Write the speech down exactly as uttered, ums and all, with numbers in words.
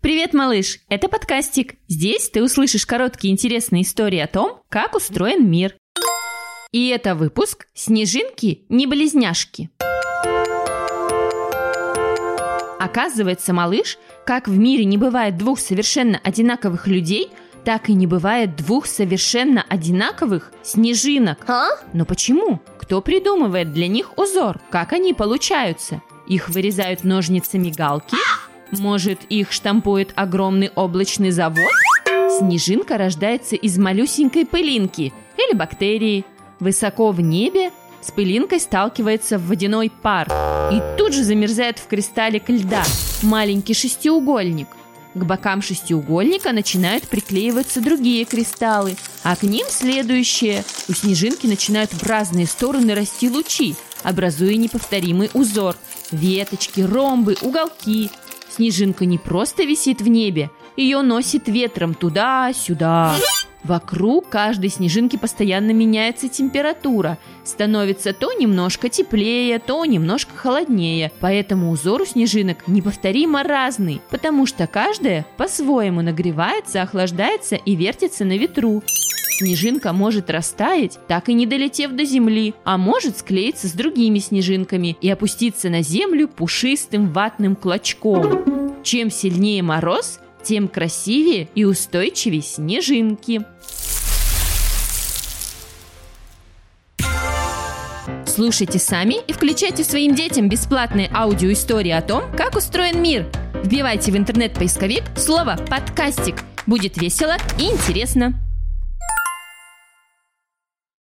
Привет, малыш! Это подкастик. Здесь ты услышишь короткие интересные истории о том, как устроен мир. И это выпуск «Снежинки не близняшки». Оказывается, малыш, как в мире не бывает двух совершенно одинаковых людей, так и не бывает двух совершенно одинаковых снежинок. А? Но почему? Кто придумывает для них узор? Как они получаются? Их вырезают ножницами галки? Может, их штампует огромный облачный завод? Снежинка рождается из малюсенькой пылинки или бактерии. Высоко в небе с пылинкой сталкивается в водяной пар и тут же замерзает в кристаллик льда маленький шестиугольник. К бокам шестиугольника начинают приклеиваться другие кристаллы, а к ним следующие. У снежинки начинают в разные стороны расти лучи, образуя неповторимый узор. Веточки, ромбы, уголки. Снежинка не просто висит в небе, ее носит ветром туда-сюда. Вокруг каждой снежинки постоянно меняется температура. Становится то немножко теплее, то немножко холоднее. Поэтому узор у снежинок неповторимо разный, потому что каждая по-своему нагревается, охлаждается и вертится на ветру. Снежинка может растаять, так и не долетев до земли, а может склеиться с другими снежинками и опуститься на землю пушистым ватным клочком. Чем сильнее мороз, тем красивее и устойчивее снежинки. Слушайте сами и включайте своим детям бесплатные аудиоистории о том, как устроен мир. Вбивайте в интернет-поисковик слово «подкастик». Будет весело и интересно.